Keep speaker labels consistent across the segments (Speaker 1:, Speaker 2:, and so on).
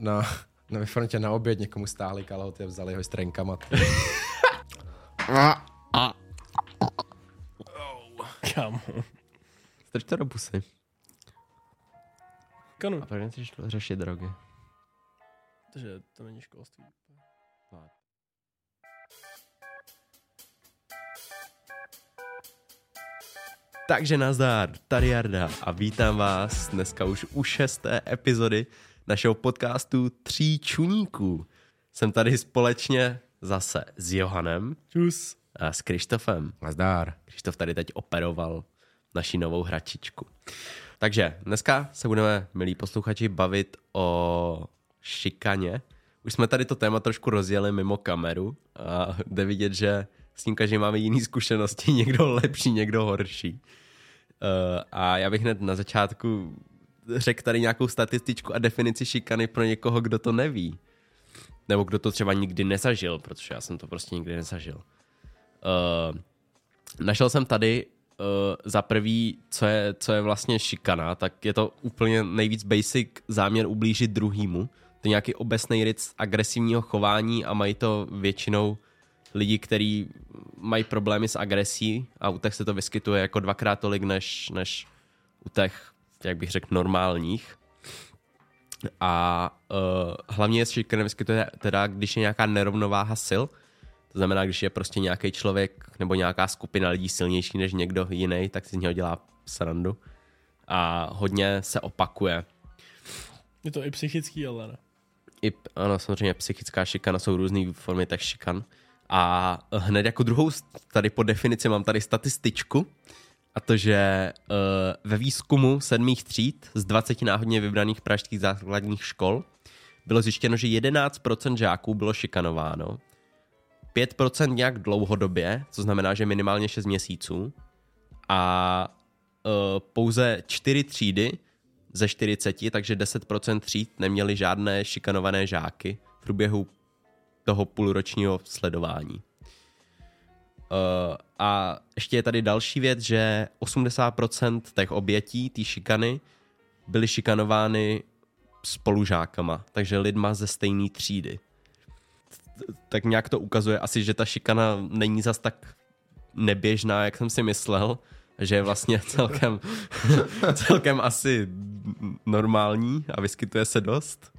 Speaker 1: ve frontě na oběd někomu stáhli kalhoty a vzali ho s trenkama.
Speaker 2: Kámo.
Speaker 3: Strč to do pusy.
Speaker 2: Kanu.
Speaker 3: A proč nechceš řešit drogy?
Speaker 2: Takže to není školství.
Speaker 3: Takže nazdar, tady Jarda a vítám vás dneska už u 6. epizody našeho podcastu 3 čuníků. Jsem tady společně zase s Johanem.
Speaker 2: Čus.
Speaker 3: A s Krištofem.
Speaker 1: Nazdar.
Speaker 3: Krištof tady teď operoval naši novou hračičku. Takže dneska se budeme, milí posluchači, bavit o šikaně. Už jsme tady to téma trošku rozjeli mimo kameru a jde vidět, že s tím každý máme jiný zkušenosti, někdo lepší, někdo horší. A já bych hned na začátku řekl tady nějakou statističku a definici šikany pro někoho, kdo to neví. Nebo kdo to třeba nikdy nezažil, protože já jsem to prostě nikdy nezažil. Našel jsem tady za prvý, co je vlastně šikana, tak je to úplně nejvíc basic záměr ublížit druhýmu. To je nějaký obecný rys agresivního chování a mají to většinou lidi, kteří mají problémy s agresí a u těch se to vyskytuje jako 2x tolik než u těch, jak bych řekl, normálních. A hlavně se šikana vyskytuje teda, když je nějaká nerovnováha sil. To znamená, když je prostě nějaký člověk nebo nějaká skupina lidí silnější než někdo jiný, tak si z něho dělá srandu. A hodně se opakuje.
Speaker 2: Je to i psychický, ale ne.
Speaker 3: Ano, samozřejmě psychická šikana, jsou různé formy těch šikan. A hned jako druhou tady po definici mám tady statističku, a to, že ve výzkumu 7. tříd z 20 náhodně vybraných pražských základních škol bylo zjištěno, že 11% žáků bylo šikanováno, 5% nějak dlouhodobě, co znamená, že minimálně 6 měsíců, a pouze 4 třídy ze 40, takže 10% tříd neměli žádné šikanované žáky v průběhu toho půlročního sledování. A ještě je tady další věc, že 80% těch obětí, té šikany, byly šikanovány spolužákama, takže lidma ze stejné třídy. Tak nějak to ukazuje asi, že ta šikana není zas tak neběžná, jak jsem si myslel, že je vlastně celkem asi normální a vyskytuje se dost.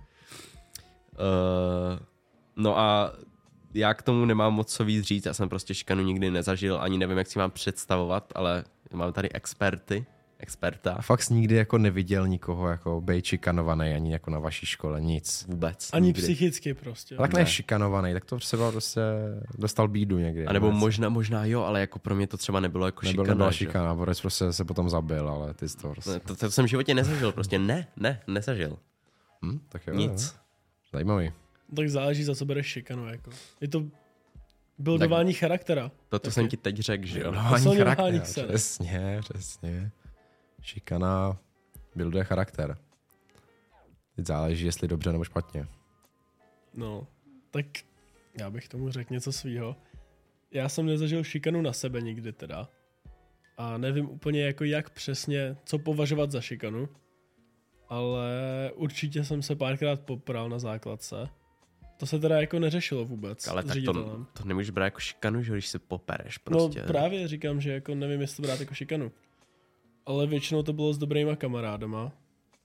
Speaker 3: No a já k tomu nemám moc co víc říct, já jsem prostě šikanu nikdy nezažil, ani nevím, jak si mám představovat, ale mám tady experta.
Speaker 1: A fakt jsi nikdy jako neviděl nikoho jako bejt šikanovaný, ani jako na vaší škole, nic.
Speaker 3: Vůbec.
Speaker 2: Ani
Speaker 3: nikdy.
Speaker 2: psychicky prostě.
Speaker 1: Ale tak ne šikanovaný, tak to třeba prostě dostal bídu někdy.
Speaker 3: A nebo možná jo, ale jako pro mě to třeba nebylo jako šikana.
Speaker 1: Nebyla šikana, Borec prostě se potom zabil, ale ty jsi to prostě...
Speaker 3: To jsem v životě nezažil, prostě nezažil.
Speaker 1: Tak jo,
Speaker 3: Nic.
Speaker 1: Jo. Zajímavý.
Speaker 2: Tak záleží, za co bereš šikanu, jako. Je to buildování charaktera.
Speaker 3: To jsem ti teď řekl, že jo.
Speaker 1: Buildování charakter, přesně. Šikana builduje charakter. Teď záleží, jestli dobře nebo špatně.
Speaker 2: No, tak já bych tomu řekl něco svýho. Já jsem nezažil šikanu na sebe nikdy teda. A nevím úplně jako jak přesně, co považovat za šikanu. Ale určitě jsem se párkrát popral na základce. To se teda jako neřešilo vůbec.
Speaker 3: Ale tak to nemůžeš brát jako šikanu, že když se popereš prostě.
Speaker 2: No právě říkám, že jako nevím, jestli to brát jako šikanu. Ale většinou to bylo s dobrýma kamarádama.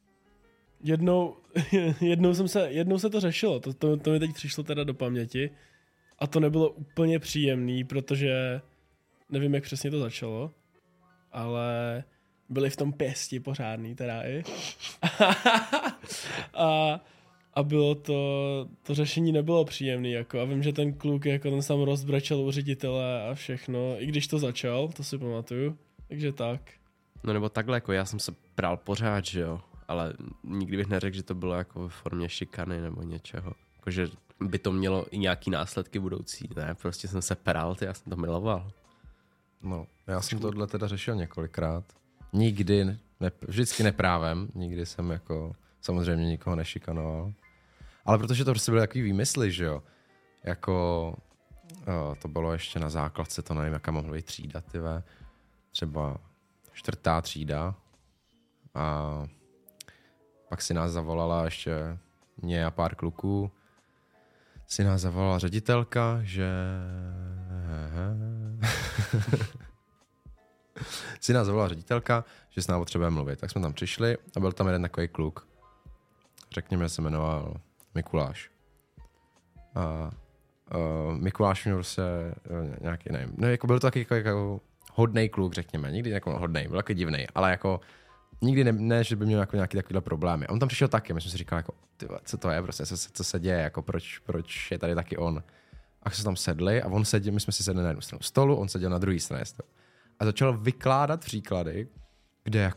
Speaker 2: Jednou se to řešilo, to mi teď přišlo teda do paměti. A to nebylo úplně příjemný, protože nevím, jak přesně to začalo. Ale byli v tom pěsti pořádný teda i. A bylo to řešení nebylo příjemný, jako, a vím, že ten kluk jako ten sám rozbrečel u ředitele a všechno, i když to začal, to si pamatuju, takže tak.
Speaker 3: No nebo takhle, jako já jsem se pral pořád, že jo, ale nikdy bych neřekl, že to bylo jako ve formě šikany nebo něčeho, jakože by to mělo i nějaký následky budoucí, ne, prostě jsem se pral, já jsem to miloval.
Speaker 1: No, já jsem tohle teda řešil několikrát. Vždycky neprávem, nikdy jsem jako samozřejmě nikoho nešikanoval. Ale protože to prostě byly takový výmysly, že jo. Jako to bylo ještě na základce, to nevím, jaká mohla být třída, tyve. Třeba 4. třída. A pak si nás zavolala ještě mě a pár kluků, si nás zavolala ředitelka, že... si nás zavolala ředitelka, že s námi potřebujeme mluvit. Tak jsme tam přišli a byl tam jeden takový kluk. Řekněme, že se jmenoval Mikuláš. A Mikuláš měl prostě nějaký, nevím, no, jako byl to taky jako hodnej kluk, řekněme. Nikdy jako hodnej, byl taky divnej, ale jako nikdy ne, že by měl jako nějaký takovýhle problémy. On tam přišel taky, my jsme si říkali jako, tyva, co to je prostě, co se děje, jako proč je tady taky on. A jsme tam sedli a on seděl, my jsme si sedli na jednu stranu stolu, on seděl na druhé straně stolu. A začal vykládat příklady, kde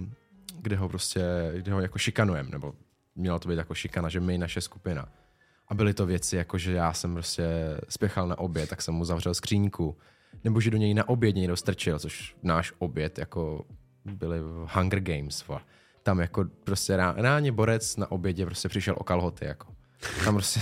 Speaker 1: ho jako šikanujeme, nebo mělo to být jako šikana, že my, naše skupina. A byly to věci, jako že já jsem prostě spěchal na oběd, tak jsem mu zavřel skříňku. Nebo že do něj na oběd někdo strčil, což náš oběd jako byly Hunger Games. Tam jako prostě ráně borec na obědě prostě přišel o kalhoty. Jako. Tam prostě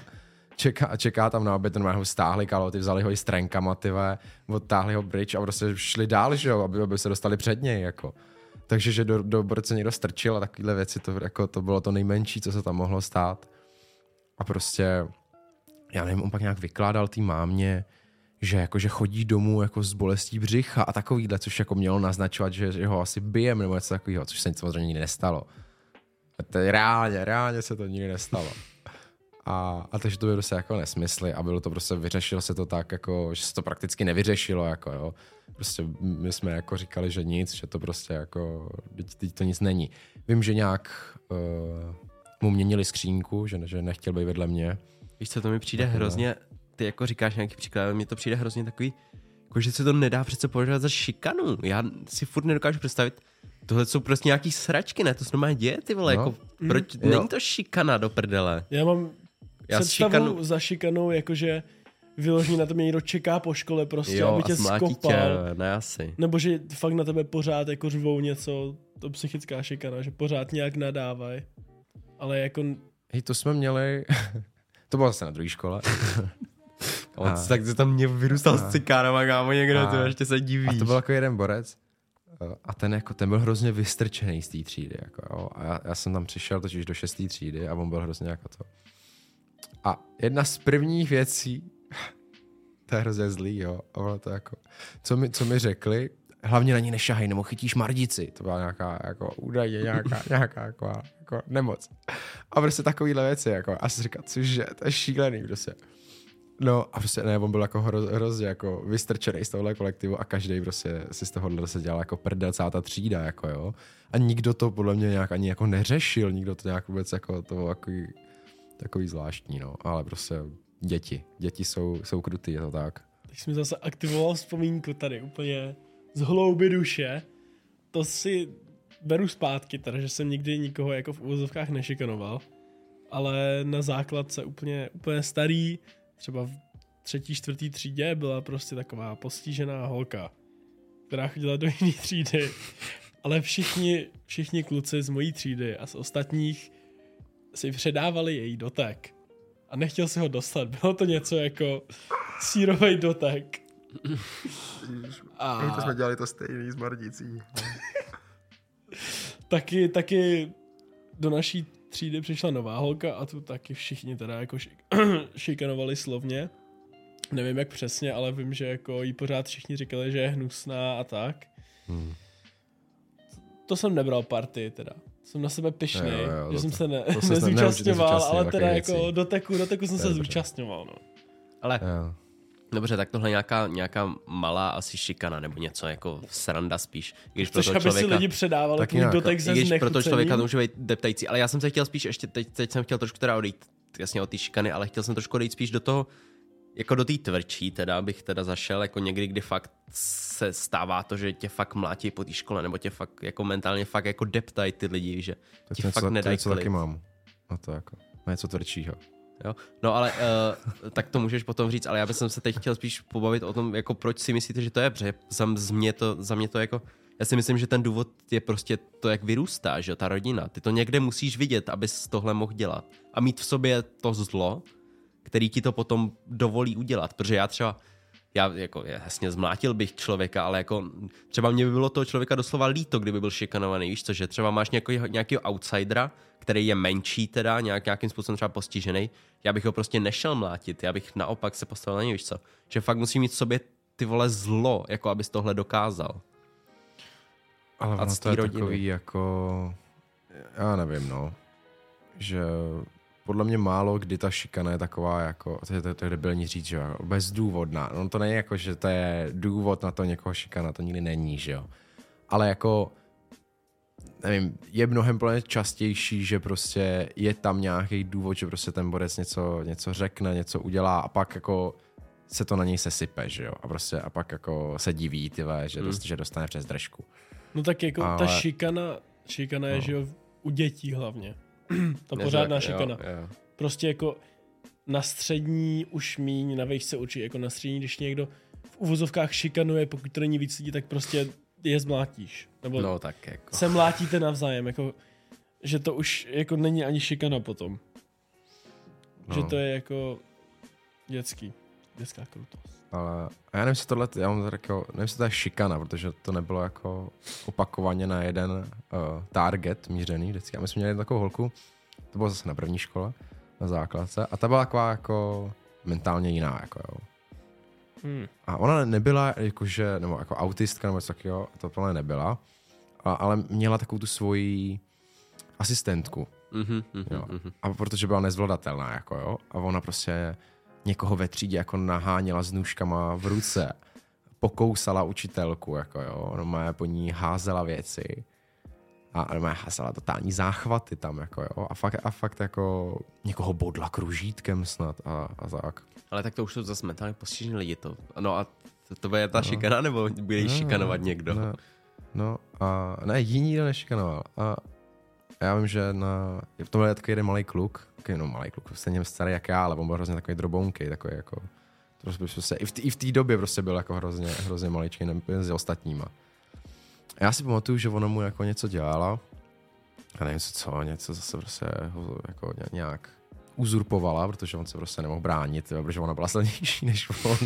Speaker 1: čeká tam na oběd, normálně ho stáhli kalhoty, vzali ho i s trenkama, odtáhli ho pryč a prostě šli dál, že jo, aby se dostali před něj. Jako. Takže že do borce někdo strčil a takovéhle věci, to bylo to nejmenší, co se tam mohlo stát. A prostě, já nevím, on pak nějak vykládal té mámě, že chodí domů jako s bolestí břicha a takovýhle, což jako mělo naznačovat, že ho asi bijem nebo něco takového, což se samozřejmě nikdy nestalo. To je reálně se to nikdy nestalo. A takže to bylo prostě jako nesmysly a bylo to prostě, vyřešilo se to tak, jako, že se to prakticky nevyřešilo, jako jo. Prostě my jsme jako říkali, že nic, že to prostě jako, teď to nic není. Vím, že nějak mu měnili skřínku, že nechtěl být vedle mě.
Speaker 3: Víš co, to mi přijde hrozně, ty jako říkáš nějaký příklad, ale mně to přijde hrozně takový, jako že se to nedá přece považovat za šikanu. Já si furt nedokážu představit, tohle jsou prostě nějaký sračky, ne? To se normálně děje, ty vole, jako proč, není to šikana do prdele.
Speaker 2: Já mám představu za šikanou, jakože vyloženě na to mě někdo čeká po škole prostě,
Speaker 3: jo,
Speaker 2: aby tě skopal.
Speaker 3: Ne asi.
Speaker 2: Nebo že fakt na tebe pořád jako řvou něco, to psychická šikana, že pořád nějak nadávají. Ale jako...
Speaker 1: Hej, to jsme měli... to bylo zase na druhé škole.
Speaker 3: Tak se tam mě vyrůstal s cikánama, kámo, někdo, ty ještě se divíš.
Speaker 1: A to byl jako jeden borec a ten byl hrozně vystrčený z té třídy. Jako, jo. A já jsem tam přišel totiž do 6. třídy a on byl hrozně jako to. A jedna z prvních věcí, to je hrozně zlý, jo, a ono to jako, co mi řekli, hlavně na ní nešahej, nebo chytíš mardici. To byla nějaká, jako údajně nějaká jako nemoc. A prostě takovýhle věci, jako, a jsem říkal, cože, to je šílený, prostě. No a prostě ne, on byl jako hrozně jako vystrčený z tohohle kolektivu a každý prostě si z tohohle se dělal jako prdel, celá ta třída, jako jo. A nikdo to podle mě nějak ani jako neřešil, nikdo to nějak vůbec jako to takový zvláštní, no. Ale prostě děti jsou krutý, je to tak.
Speaker 2: Teď jsi mi zase aktivoval vzpomínku tady úplně z hlouby duše. To si beru zpátky, teda, že jsem nikdy nikoho jako v uvozovkách nešikanoval, ale na základce úplně starý, třeba v 3., 4. třídě byla prostě taková postižená holka, která chodila do jiné třídy, ale všichni kluci z mojí třídy a z ostatních si předávali její dotek a nechtěl si ho dostat. Bylo to něco jako sírovej dotek.
Speaker 1: To jsme dělali to stejný s mardicí.
Speaker 2: taky do naší třídy přišla nová holka a tu taky všichni teda jako šikanovali slovně. Nevím jak přesně, ale vím, že jako jí pořád všichni říkali, že je hnusná a tak. To jsem nebral party teda. Jsem na sebe pyšný, že jsem se nezúčastňoval, ale teda jako doteku jsem se zúčastňoval. No.
Speaker 3: Ale dobře, tak tohle nějaká malá asi šikana, nebo něco jako sranda spíš.
Speaker 2: Což aby si lidi předávali tvůj dotek ze znechucením.
Speaker 3: Pro toho člověka to může být deptající, ale já jsem se chtěl spíš ještě, teď jsem chtěl trošku teda odejít jasně od té šikany, ale chtěl jsem trošku odejít spíš do toho, jako do té tvrdší teda, bych teda zašel, jako někdy, kdy fakt se stává to, že tě fakt mlátí po té škole, nebo tě fakt jako mentálně fakt jako deptají ty lidi, že ti fakt nedají klid.
Speaker 1: Taky mám. A to jako, něco tvrdšího.
Speaker 3: Jo? No ale tak to můžeš potom říct, ale já bych se teď chtěl spíš pobavit o tom, jako proč si myslíte, že to je, protože za mě to jako, já si myslím, že ten důvod je prostě to, jak vyrůstá, že ta rodina. Ty to někde musíš vidět, abys tohle mohl dělat. A mít v sobě to zlo, který ti to potom dovolí udělat. Protože já třeba, jasně zmlátil bych člověka, ale jako třeba mě by bylo toho člověka doslova líto, kdyby byl šikanovaný, víš co, že třeba máš nějakého outsidera, který je menší teda, nějakým způsobem třeba postižený, já bych ho prostě nešel mlátit, já bych naopak se postavil na něj, víš co, že fakt musí mít v sobě ty vole zlo, jako abys tohle dokázal.
Speaker 1: Ale ono to je takový jako, já nevím, no, že podle mě málo kdy ta šikana je taková jako, to je debilní říct, že jo, bezdůvodná. No to není jako, že to je důvod na to někoho šikana, to nikdy není, že jo. Ale jako, nevím, je mnohem plně častější, že prostě je tam nějaký důvod, že prostě ten borec něco řekne, něco udělá a pak jako se to na něj sesype, že jo. A pak jako se diví, že dostane přes držku.
Speaker 2: No tak jako ta šikana je, že jo, u dětí hlavně. Ta pořádná šikana. Jo. Prostě jako na střední už míň, na vejšce určitě, jako na střední, když někdo v uvozovkách šikanuje, pokud to není víc lidí, tak prostě je zmlátíš. Nebo
Speaker 3: no, tak jako.
Speaker 2: Se mlátíte navzájem, jako, že to už jako není ani šikana potom. No. Že to je jako dětská krutost.
Speaker 1: Ale já nevím, jestli tohle, nevím, jestli to je šikana, protože to nebylo jako opakovaně na jeden target mířený vždycky. A my jsme měli takovou holku, to bylo zase na první škole, na základce, a ta byla taková jako mentálně jiná, jako jo. A ona nebyla jakože, nebo jako autistka, nebo něco takového, to plně nebyla, ale měla takovou tu svoji asistentku. Jo. A protože byla nezvladatelná, jako jo, a ona prostě někoho ve třídě jako naháněla s nůžkama v ruce, pokousala učitelku, jako jo, ona po ní házela věci a ona házela totální záchvaty tam, jako jo, a fakt jako někoho bodla kružítkem snad a tak.
Speaker 3: Ale tak to už jsou zase mentálně postižený lidi, to. No a to bude ta šikana, nebo bude jí šikanovat někdo?
Speaker 1: No a ne, jí nikdo nešikanoval. A já vím, že v tomhle je takový jeden malý kluk, stejně starý jak já, ale on byl hrozně takový drobounkej, takový jako, prostě, i v té době prostě byl jako hrozně maličký mezi ostatníma. A já si pamatuju, že ona mu jako něco dělala, a nevím něco zase prostě jako nějak uzurpovala, protože on se prostě nemohl bránit, protože ona byla silnější než on.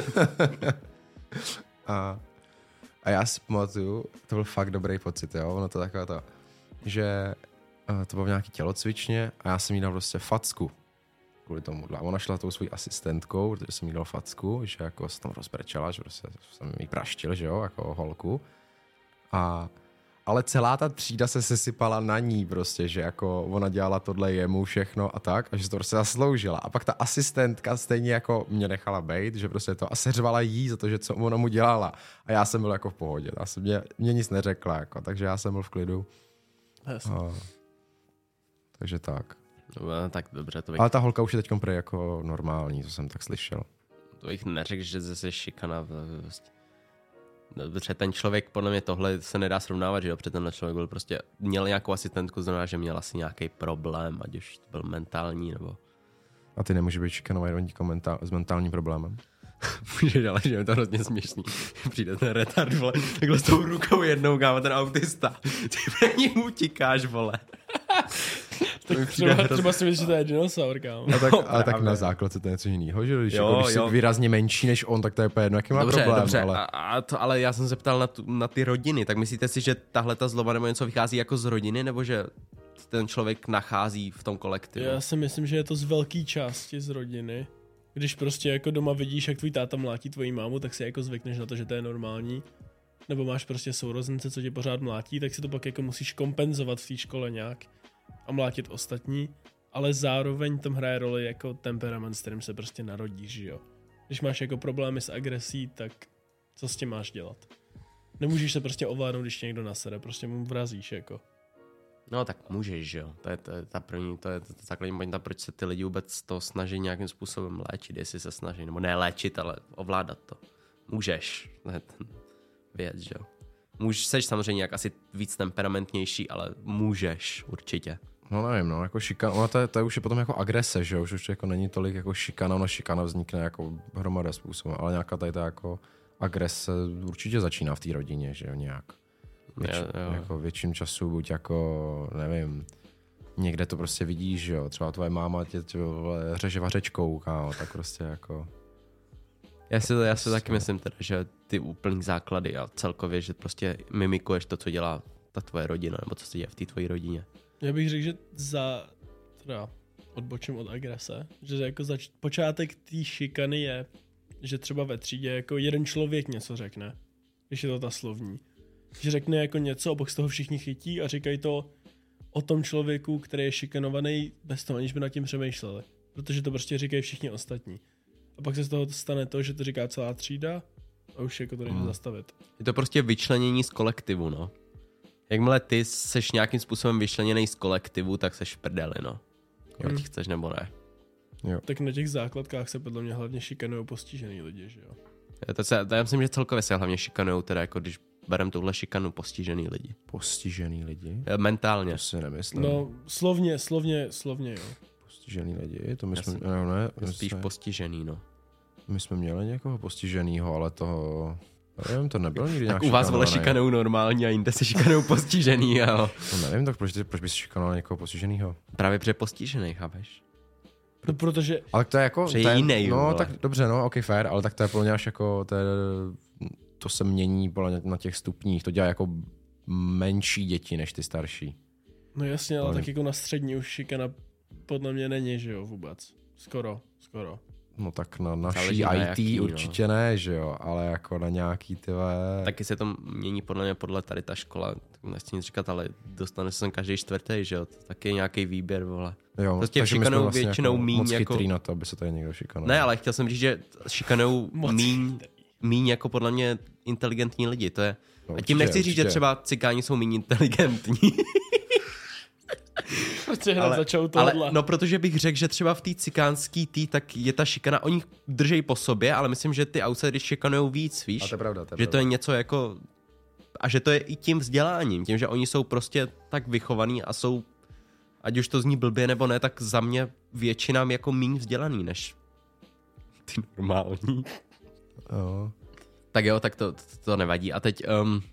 Speaker 1: a já si pamatuju, to byl fakt dobrý pocit, jo, ono to takové to, že to bylo v nějaký tělocvičně a já jsem jí dal prostě facku kvůli tomuhle. A ona šla tou svojí asistentkou, protože jsem jí dal facku, že jako se tam rozbrečela, že prostě jsem jí praštil, že jo, jako holku. Ale celá ta třída se sesypala na ní prostě, že jako ona dělala tohle jemu všechno a tak, a že to prostě zasloužila. A pak ta asistentka stejně jako mě nechala bejt, že prostě to a seřvala jí za to, že co ona mu dělala. A já jsem byl jako v pohodě. Mě nic neřekla, jako, takže já jsem byl v klidu. Takže tak.
Speaker 3: No, tak dobře, to bych...
Speaker 1: Ale ta holka už je teď prej jako normální, co jsem tak slyšel.
Speaker 3: To bych neřekl, že zase šikana. Dobře, ten člověk, podle mě tohle se nedá srovnávat, že jo, protože tenhle člověk byl prostě, měl nějakou asistentku, znamená, že měl asi nějaký problém, ať už to byl mentální, nebo...
Speaker 1: A ty nemůže být šikanovaný někoho s mentálním problémem?
Speaker 3: Můžeš, ale že je to hrozně směšný. Přijde ten retard, vole, takhle s tou rukou jednou, kámo, ten autista. Ty pro ní utíkáš, vole.
Speaker 2: Třeba si myslíš, že to je dinosaur, kámo.
Speaker 1: Ale tak na základce to je něco jiného, že když jsi výrazně menší než on, tak to je úplně jedno, jaký má problém.
Speaker 3: Dobře, ale já jsem se ptal na ty rodiny, tak myslíte si, že tahle ta zloba nebo něco vychází jako z rodiny, nebo že ten člověk nachází v tom kolektivu?
Speaker 2: Já si myslím, že je to z velké části z rodiny. Když prostě jako doma vidíš, jak tvůj táta mlátí tvoji mámu, tak si jako zvykneš na to, že to je normální. Nebo máš prostě sourozence, co tě pořád mlátí, tak si to pak jako musíš kompenzovat v té škole nějak a mlátit ostatní, ale zároveň tam hraje roli jako temperament, s kterým se prostě narodíš, že jo. Když máš jako problémy s agresí, tak co s tím máš dělat? Nemůžeš se prostě ovládnout, když tě někdo nasere, prostě mu vrazíš jako.
Speaker 3: No tak můžeš, že jo. To je ta první, to je ta základní pointa, proč se ty lidi vůbec to snaží nějakým způsobem léčit, jestli se snaží, nebo ne léčit, ale ovládat to. Můžeš, to je ten věc, že jo. Seš samozřejmě jak asi víc temperamentnější, ale můžeš určitě.
Speaker 1: No nevím, no, jako šikana, to už je potom jako agrese, že jo, už jako není tolik jako šikana vznikne jako hromada způsobů, ale nějaká tady ta jako agrese určitě začíná v té rodině, že jo, nějak. Jako větším času, buď jako, nevím, někde to prostě vidíš, že jo, třeba tvoje máma tě řeže vařečkou, kámo, tak prostě jako...
Speaker 3: Já si taky myslím teda, že ty úplný základy a celkově, že prostě mimikuješ to, co dělá ta tvoje rodina, nebo co se děje v té tvojí rodině.
Speaker 2: Já bych řekl, že teda odbočím od agrese, že jako počátek té šikany je, že třeba ve třídě jako jeden člověk něco řekne, když je to ta slovní. Že řekne jako něco a pak z toho všichni chytí a říkají to o tom člověku, který je šikanovaný bez toho, aniž by nad tím přemýšleli. Protože to prostě říkají všichni ostatní. A pak se z toho stane to, že to říká celá třída a už jako to nejde zastavit.
Speaker 3: Je to prostě vyčlenění z kolektivu, no. Jakmile ty seš nějakým způsobem vyčleněný z kolektivu, tak seš v prdeli, no. Ať chceš nebo ne.
Speaker 1: Jo.
Speaker 2: Tak na těch základkách se podle mě hlavně šikanují postižený lidi, že jo?
Speaker 3: Já myslím, že celkově se hlavně šikanujou, teda jako když berem tuhle šikanu postižený lidi.
Speaker 1: Postižený lidi?
Speaker 3: Mentálně.
Speaker 1: To si nemyslím.
Speaker 2: No, slovně, jo.
Speaker 1: Postižený lidi, to my
Speaker 3: Já
Speaker 1: jsme...
Speaker 3: jsem-
Speaker 1: Ne,
Speaker 3: Spíš postižený, no.
Speaker 1: my jsme měli někoho postiženýho, ale toho... Já nevím, to nebyl nikdy nějak
Speaker 3: Tak u vás vole
Speaker 1: šikanovaný.
Speaker 3: šikanou normální a jinde se šikanou postižený, jo.
Speaker 1: No nevím, tak proč bys šikanoval někoho postiženýho?
Speaker 3: Právě protože postižený, chápeš?
Speaker 2: No, protože
Speaker 1: Ale to je jako...
Speaker 3: Že je
Speaker 1: to je,
Speaker 3: jinej,
Speaker 1: no
Speaker 3: vole.
Speaker 1: tak dobře, no, ok, fair, ale tak to je pro mě až jako... To se mění podle mě na těch stupních, to dělá jako menší děti než ty starší.
Speaker 2: no jasně, ale
Speaker 1: Ale-
Speaker 2: tak jako na střední už šikana podle mě není, že jo, vůbec. Skoro.
Speaker 1: No tak na naší
Speaker 3: Záleží na
Speaker 1: IT
Speaker 3: jaký, no.
Speaker 1: určitě ne, že jo, ale jako na nějaký tyhle...
Speaker 3: Taky se to mění podle mě podle tady ta škola, nechci nic říkat, ale dostane se sem každý čtvrtý, že jo, to taky je nějaký výběr, vole.
Speaker 1: Jo,
Speaker 3: prostě
Speaker 1: takže my jsme
Speaker 3: šikanou většinou míň
Speaker 1: moc
Speaker 3: jako-
Speaker 1: chytrý na to, aby se tady někdo šikanoval.
Speaker 3: Ne, ale chtěl jsem říct, že šikanou
Speaker 2: Moc
Speaker 3: míň jako podle mě inteligentní lidi, to je...
Speaker 1: No,
Speaker 3: A tím
Speaker 1: určitě,
Speaker 3: nechci říct, že
Speaker 1: určitě.
Speaker 3: třeba cikáni jsou méně inteligentní.
Speaker 2: Protože hned začal tohle.
Speaker 3: ale no, protože bych řekl, že třeba v té cikánský tak je ta šikana, oni držejí po sobě, ale myslím, že ty outsideri šikanujou víc, víš?
Speaker 1: A to je pravda,
Speaker 3: Že to je něco jako... A že to je i tím vzděláním, tím, že oni jsou prostě tak vychovaní a jsou, ať už to zní blbě nebo ne, tak za mě většinám jako méně vzdělaný, než ty normální.
Speaker 1: Jo.
Speaker 3: Tak jo, tak to nevadí. A teď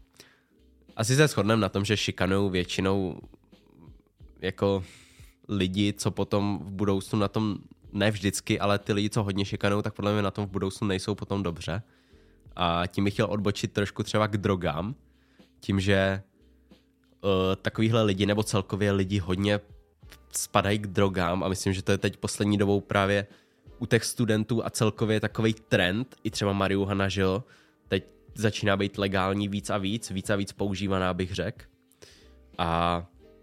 Speaker 3: asi se shodneme na tom, že šikanou většinou jako lidi, co potom v budoucnu na tom, ne vždycky, ale ty lidi, co hodně šikanou, tak podle mě na tom v budoucnu nejsou potom dobře. A tím bych chtěl odbočit trošku třeba k drogám, tím, že takovýhle lidi, nebo celkově lidi hodně spadají k drogám a myslím, že to je teď poslední dobou právě u těch studentů a celkově takovej trend, i třeba marihuana, že jo, teď začíná být legální víc a víc používaná, bych řekl. A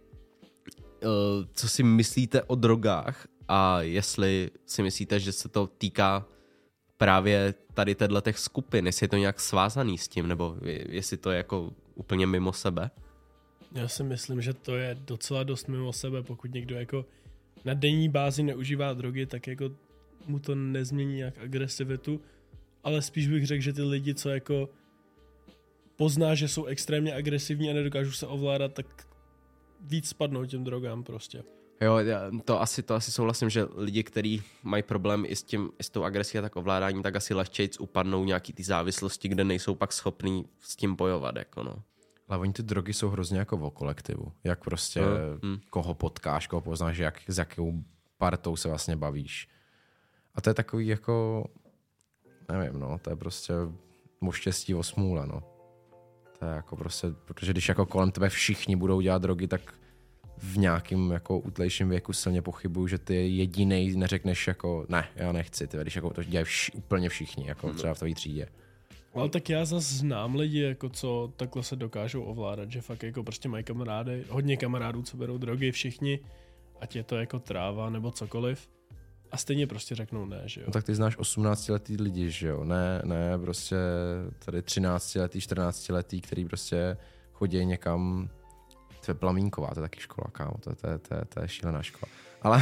Speaker 3: co si myslíte o drogách a jestli si myslíte, že se to týká právě tady těch skupin, jestli je to nějak svázaný s tím, nebo jestli to je jako úplně mimo sebe?
Speaker 2: Já si myslím, že to je docela dost mimo sebe, pokud někdo jako na denní bázi neužívá drogy, tak jako mu to nezmění nějak agresivitu, ale spíš bych řekl, že ty lidi, co jako pozná, že jsou extrémně agresivní a nedokážou se ovládat, tak víc spadnou těm drogám prostě.
Speaker 3: Jo, to asi souhlasím, že lidi, kteří mají problém i s tou agresí a tak ovládáním, tak asi lehčejc upadnou nějaký ty závislosti, kde nejsou pak schopní s tím bojovat, jako no.
Speaker 1: Ale oni ty drogy jsou hrozně jako o kolektivu. Jak prostě koho potkáš, koho poznáš, s jakou partou se vlastně bavíš. A to je takový jako, nevím, no, to je prostě o štěstí, o smůle, no. To je jako prostě, protože když jako kolem tebe všichni budou dělat drogy, tak v nějakým jako útlejším věku silně pochybuju, že ty jedinej neřekneš jako, ne, já nechci, ty, když jako to dělají úplně všichni, jako třeba v tvojí třídě.
Speaker 2: Ale tak já zase znám lidi, jako co takhle se dokážou ovládat, že fakt jako prostě mají kamarády, hodně kamarádů, co berou drogy, všichni, ať je to jako tráva nebo cokoliv. A stejně prostě řeknou ne, že jo.
Speaker 1: No tak ty znáš 18letý lidi, že jo? Ne, prostě tady 13letý, 14letý, který prostě chodí někam, to je Plamínková, to je taky škola, kámo, to je šílená škola. Ale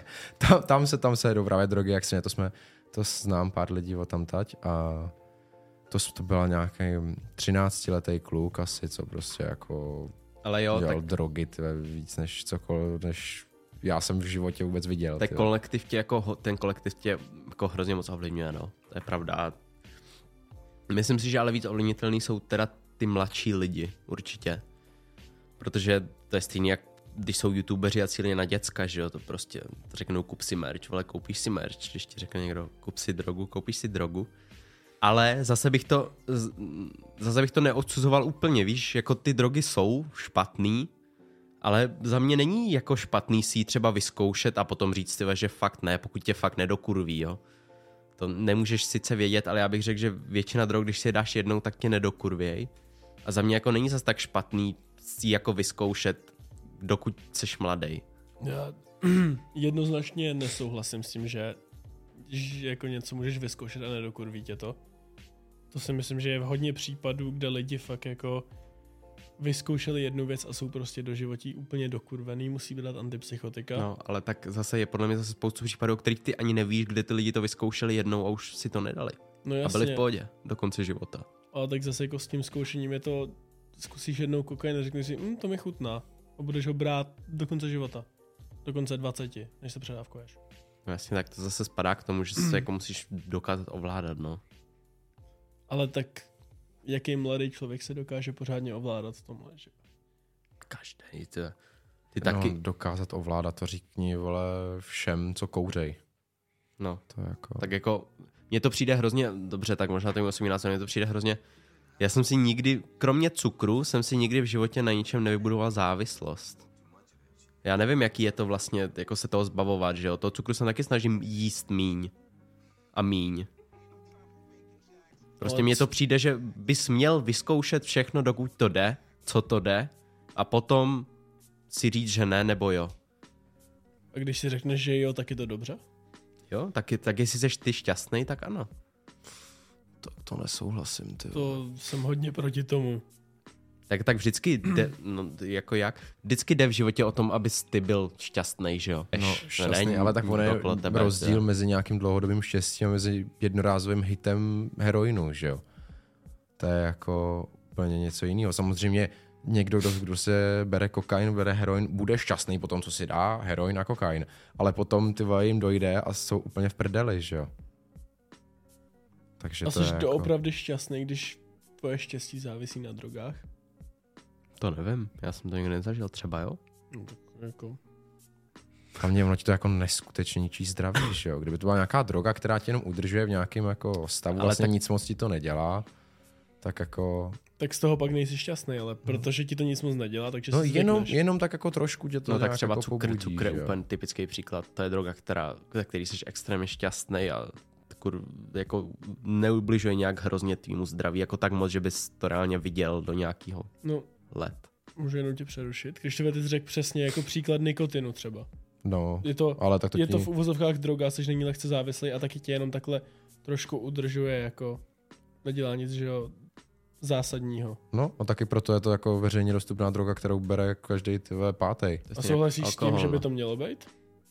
Speaker 1: tam se jedou právě drogy, jak se ne, to znám pár lidí o tamtať a to byla nějaký 13letý kluk asi, co prostě jako
Speaker 3: Ale jo,
Speaker 1: dělal
Speaker 3: tak
Speaker 1: drogy, víc než cokoliv, než já jsem v životě vůbec viděl.
Speaker 3: ten kolektiv tě jako hrozně moc ovlivňuje, no. To je pravda. Myslím si, že ale víc ovlivnitelný jsou teda ty mladší lidi, určitě. Protože to je stejný, jak když jsou youtubeři a cílí na děcka, že jo, to prostě řeknou kup si merch, vole, koupíš si merch, když ti řekne někdo kup si drogu, koupíš si drogu. Ale zase bych to neodsuzoval úplně, víš, jako ty drogy jsou špatný, ale za mě není jako špatný si ji třeba vyzkoušet a potom říct si, že fakt ne, pokud tě fakt nedokurví, jo. To nemůžeš sice vědět, ale já bych řekl, že většina drog, když si je dáš jednou, tak tě nedokurvěj. A za mě jako není zase tak špatný si jako vyzkoušet, dokud seš mladej.
Speaker 2: Já jednoznačně nesouhlasím s tím, že jako něco můžeš vyzkoušet a nedokurví tě to. To si myslím, že je v hodně případů, kde lidi fakt jako vyzkoušeli jednu věc a jsou prostě do životí úplně dokurvený, musí vydat antipsychotika.
Speaker 3: No, ale tak zase je podle mě zase spoustu případů, o kterých ty ani nevíš, kde ty lidi to vyzkoušeli jednou a už si to nedali.
Speaker 2: No jasně.
Speaker 3: A byli v pohodě do konce života.
Speaker 2: Ale tak zase jako s tím zkoušením je to, zkusíš jednou kokain a řekneš si, to mi chutná a budeš ho brát do konce života. Do konce 20, než se předávkuješ.
Speaker 3: No jasně, tak to zase spadá k tomu, že se jako musíš dokázat ovládat, no.
Speaker 2: Ale tak jaký mladý člověk se dokáže pořádně ovládat v tomhle, že?
Speaker 3: Každý, ty taky.
Speaker 1: No, dokázat ovládat, to říkni, vole, všem, co kouřej.
Speaker 3: No,
Speaker 1: to jako...
Speaker 3: tak jako, mně to přijde hrozně, dobře, tak možná to musím názor, mně to přijde hrozně, já jsem si nikdy, kromě cukru, jsem si nikdy v životě na ničem nevybudoval závislost. Já nevím, jaký je to vlastně, jako se toho zbavovat, že jo, toho cukru se taky snažím jíst míň a míň. Prostě mně to přijde, že bys měl vyzkoušet všechno, dokud to jde, co to jde, a potom si říct, že ne, nebo jo.
Speaker 2: A když si řekneš, že jo, tak je to dobře?
Speaker 3: Jo, tak jestli jsi ty šťastný, tak ano.
Speaker 1: To nesouhlasím, ty.
Speaker 2: To jsem hodně proti tomu.
Speaker 3: Tak vždycky jde, no, jako jak? Vždycky jde v životě o tom, abys ty byl šťastný, že jo?
Speaker 1: No, šťastný, ale tak on je rozdíl mezi nějakým dlouhodobým štěstím a mezi jednorázovým hitem heroinu, že jo? To je jako úplně něco jiného. Samozřejmě někdo, kdo se bere kokain, bere heroin, bude šťastný po tom, co si dá heroin a kokain, ale potom ty jim dojde a jsou úplně v prdeli, že jo? Takže
Speaker 2: a
Speaker 1: to
Speaker 2: jsi
Speaker 1: je
Speaker 2: doopravdy šťastný, když tvoje štěstí závisí na drogách?
Speaker 3: To nevím, já jsem to nikdy nezažil, třeba jo?
Speaker 2: No, tak jako...
Speaker 1: A mě ono ti to jako neskutečně ničí zdraví, že jo? Kdyby to byla nějaká droga, která tě jenom udržuje v nějakém jako stavu, ale vlastně tak... nic moc ti to nedělá, tak jako...
Speaker 2: Tak z toho pak nejsi šťastný, ale protože ti to nic moc nedělá, takže
Speaker 1: no
Speaker 2: si
Speaker 1: jenom tak jako trošku tě to
Speaker 3: no tak
Speaker 1: nějak
Speaker 3: třeba
Speaker 1: jako
Speaker 3: cukr je úplně typický příklad. To je droga, ze který jsi extrémně šťastný a jako neubližuje nějak hrozně tvýmu zdraví, jako tak moc, že bys to reálně viděl do nějakého let.
Speaker 2: Můžu jenom tě přerušit? Když ty jsi řekl přesně jako příklad nikotinu třeba.
Speaker 1: No,
Speaker 2: ale tak je to v uvozovkách droga, jsi není lehce závislý a taky tě jenom takhle trošku udržuje, jako nedělá nic, že jo, zásadního.
Speaker 1: No, a taky proto je to jako veřejně dostupná droga, kterou bere každý pátej.
Speaker 2: A souhlasíš s tím, že by to mělo být?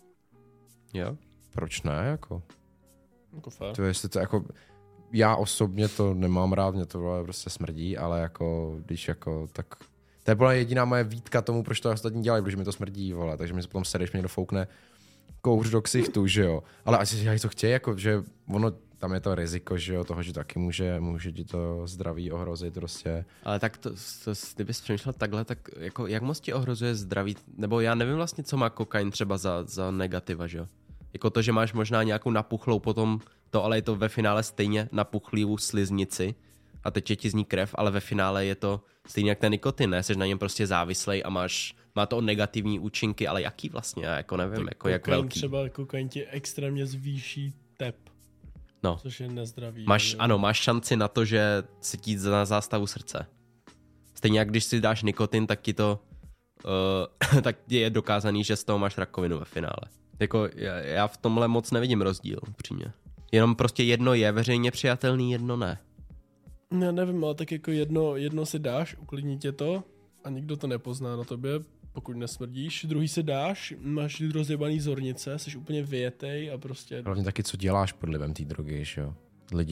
Speaker 3: Jo.
Speaker 1: Proč ne, jako?
Speaker 2: Jako fakt.
Speaker 1: To jestli to jako... Já osobně to nemám rád, mě to prostě smrdí, ale jako, když jako, tak... To je byla jediná moje výtka tomu, proč to ostatní dělají, protože mi to smrdí, vole, takže mi se potom sedeš, mě dofoukne kouř do ksichtu, že jo. Ale asi si dělají, co chtějí, jako, že ono, tam je to riziko, že jo, toho, že taky může ti to zdraví ohrozit prostě.
Speaker 3: Ale tak kdybys přemýšlel takhle, tak jako, jak moc ti ohrozuje zdraví, nebo já nevím vlastně, co má kokain třeba za negativa, že jo. Jako to, že máš možná nějakou napuchlou potom to, ale je to ve finále stejně napuchlivou sliznici a teče ti z ní krev, ale ve finále je to stejně jak ten nikotin, ne? Jsi na něm prostě závislej a má to negativní účinky, ale jaký vlastně, já jako nevím, jako jak velký.
Speaker 2: Třeba kokain ti extrémně zvýší tep,
Speaker 3: no.
Speaker 2: Což je nezdravý.
Speaker 3: Máš šanci na to, že se ti na zástavu srdce. Stejně jak když si dáš nikotin, tak ti to tak je dokázaný, že z toho máš rakovinu ve finále. Jako já v tomhle moc nevidím rozdíl, upřímně. Jenom prostě jedno je veřejně přijatelný, jedno ne.
Speaker 2: Já nevím, ale tak jako jedno si dáš, uklidní tě to a nikdo to nepozná na tobě, pokud nesmrdíš. Druhý si dáš, máš rozjebaný zornice, jsi úplně vyjetej a prostě...
Speaker 1: Hlavně taky, co děláš pod vlivem té drogy, že jo? Lidi,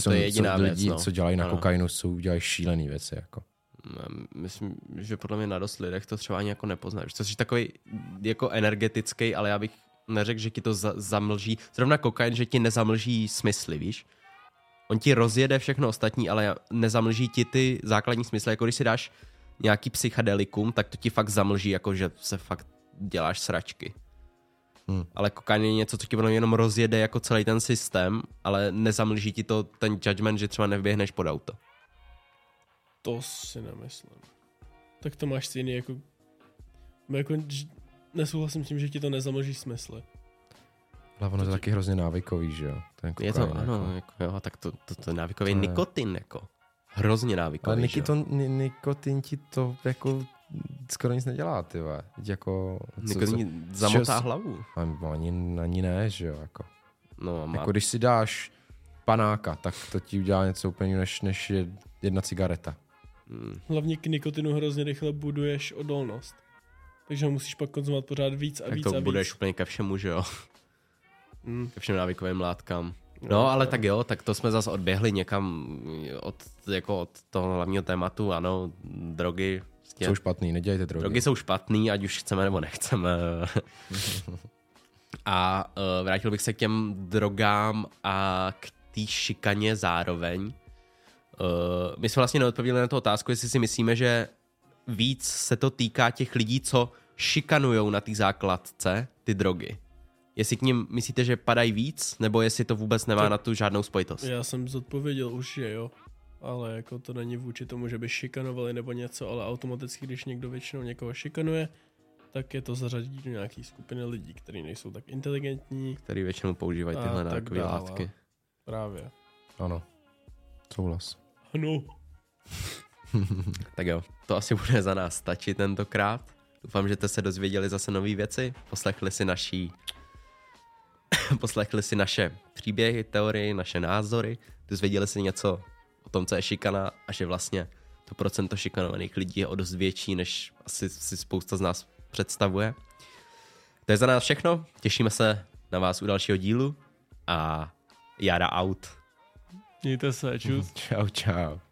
Speaker 1: co dělají na kokainu, dělají šílený věci, jako.
Speaker 3: Myslím, že podle mě na dost lidech to třeba ani jako nepoznáš. To jsi takový jako energetický, ale já bych neřekl, že ti to zamlží. Zrovna kokain, že ti nezamlží smysly, víš? On ti rozjede všechno ostatní, ale nezamlží ti ty základní smysly. Jako když si dáš nějaký psychedelikum, tak to ti fakt zamlží, jako že se fakt děláš sračky. Ale kokain je něco, co ti jenom rozjede jako celý ten systém, ale nezamlží ti to ten judgment, že třeba nevběhneš pod auto.
Speaker 2: To si nemyslím. Tak to máš stejný jako nesouhlasím s tím, že ti to nezamlží smysly.
Speaker 1: Ale ono je taky hrozně návykový, že jo? Ten
Speaker 3: Je to, ano, jako, jo, tak to je návykový nikotin, jako. Hrozně návykový,
Speaker 1: ale nikotin ti to jako skoro nic nedělá, ty vole. Jako,
Speaker 3: nikotin zamotá hlavu.
Speaker 1: Ani ne, že jo, jako.
Speaker 3: No,
Speaker 1: jako když si dáš panáka, tak to ti udělá něco úplně než jedna cigareta.
Speaker 2: Hlavně k nikotinu hrozně rychle buduješ odolnost. Takže ho musíš pak konzumovat pořád víc a
Speaker 3: tak
Speaker 2: víc
Speaker 3: to
Speaker 2: a víc.
Speaker 3: budeš úplně ke všemu, že jo? Ke všem návykovým látkám. No, ale tak jo, tak to jsme zase odběhli někam od toho hlavního tématu, ano, drogy.
Speaker 1: Jsou špatný, nedělejte drogy.
Speaker 3: Drogy jsou špatný, ať už chceme nebo nechceme. A vrátil bych se k těm drogám a k té šikaně zároveň. My jsme vlastně neodpověděli na tu otázku, jestli si myslíme, že víc se to týká těch lidí, co šikanujou na té základce ty drogy. Jestli k nim myslíte, že padají víc, nebo jestli to vůbec nemá na tu žádnou spojitost?
Speaker 2: Já jsem zodpověděl už, že jo. Ale jako to není vůči tomu, že by šikanovali nebo něco, ale automaticky, když někdo většinou někoho šikanuje, tak je to zařadí do nějaký skupiny lidí, kteří nejsou tak inteligentní.
Speaker 3: Který většinou používají tyhle nákové látky.
Speaker 2: Právě.
Speaker 1: Ano. Souhlas.
Speaker 2: Ano.
Speaker 3: Tak jo, to asi bude za nás stačit tentokrát. Doufám, že jste se dozvěděli zase nové věci, poslechli si naše příběhy, teorie, naše názory, dozvěděli si něco o tom, co je šikana a že vlastně to procento šikanovaných lidí je o dost větší, než asi si spousta z nás představuje. To je za nás všechno, těšíme se na vás u dalšího dílu a Jara out.
Speaker 2: Mějte se, čus.
Speaker 1: Čau, čau.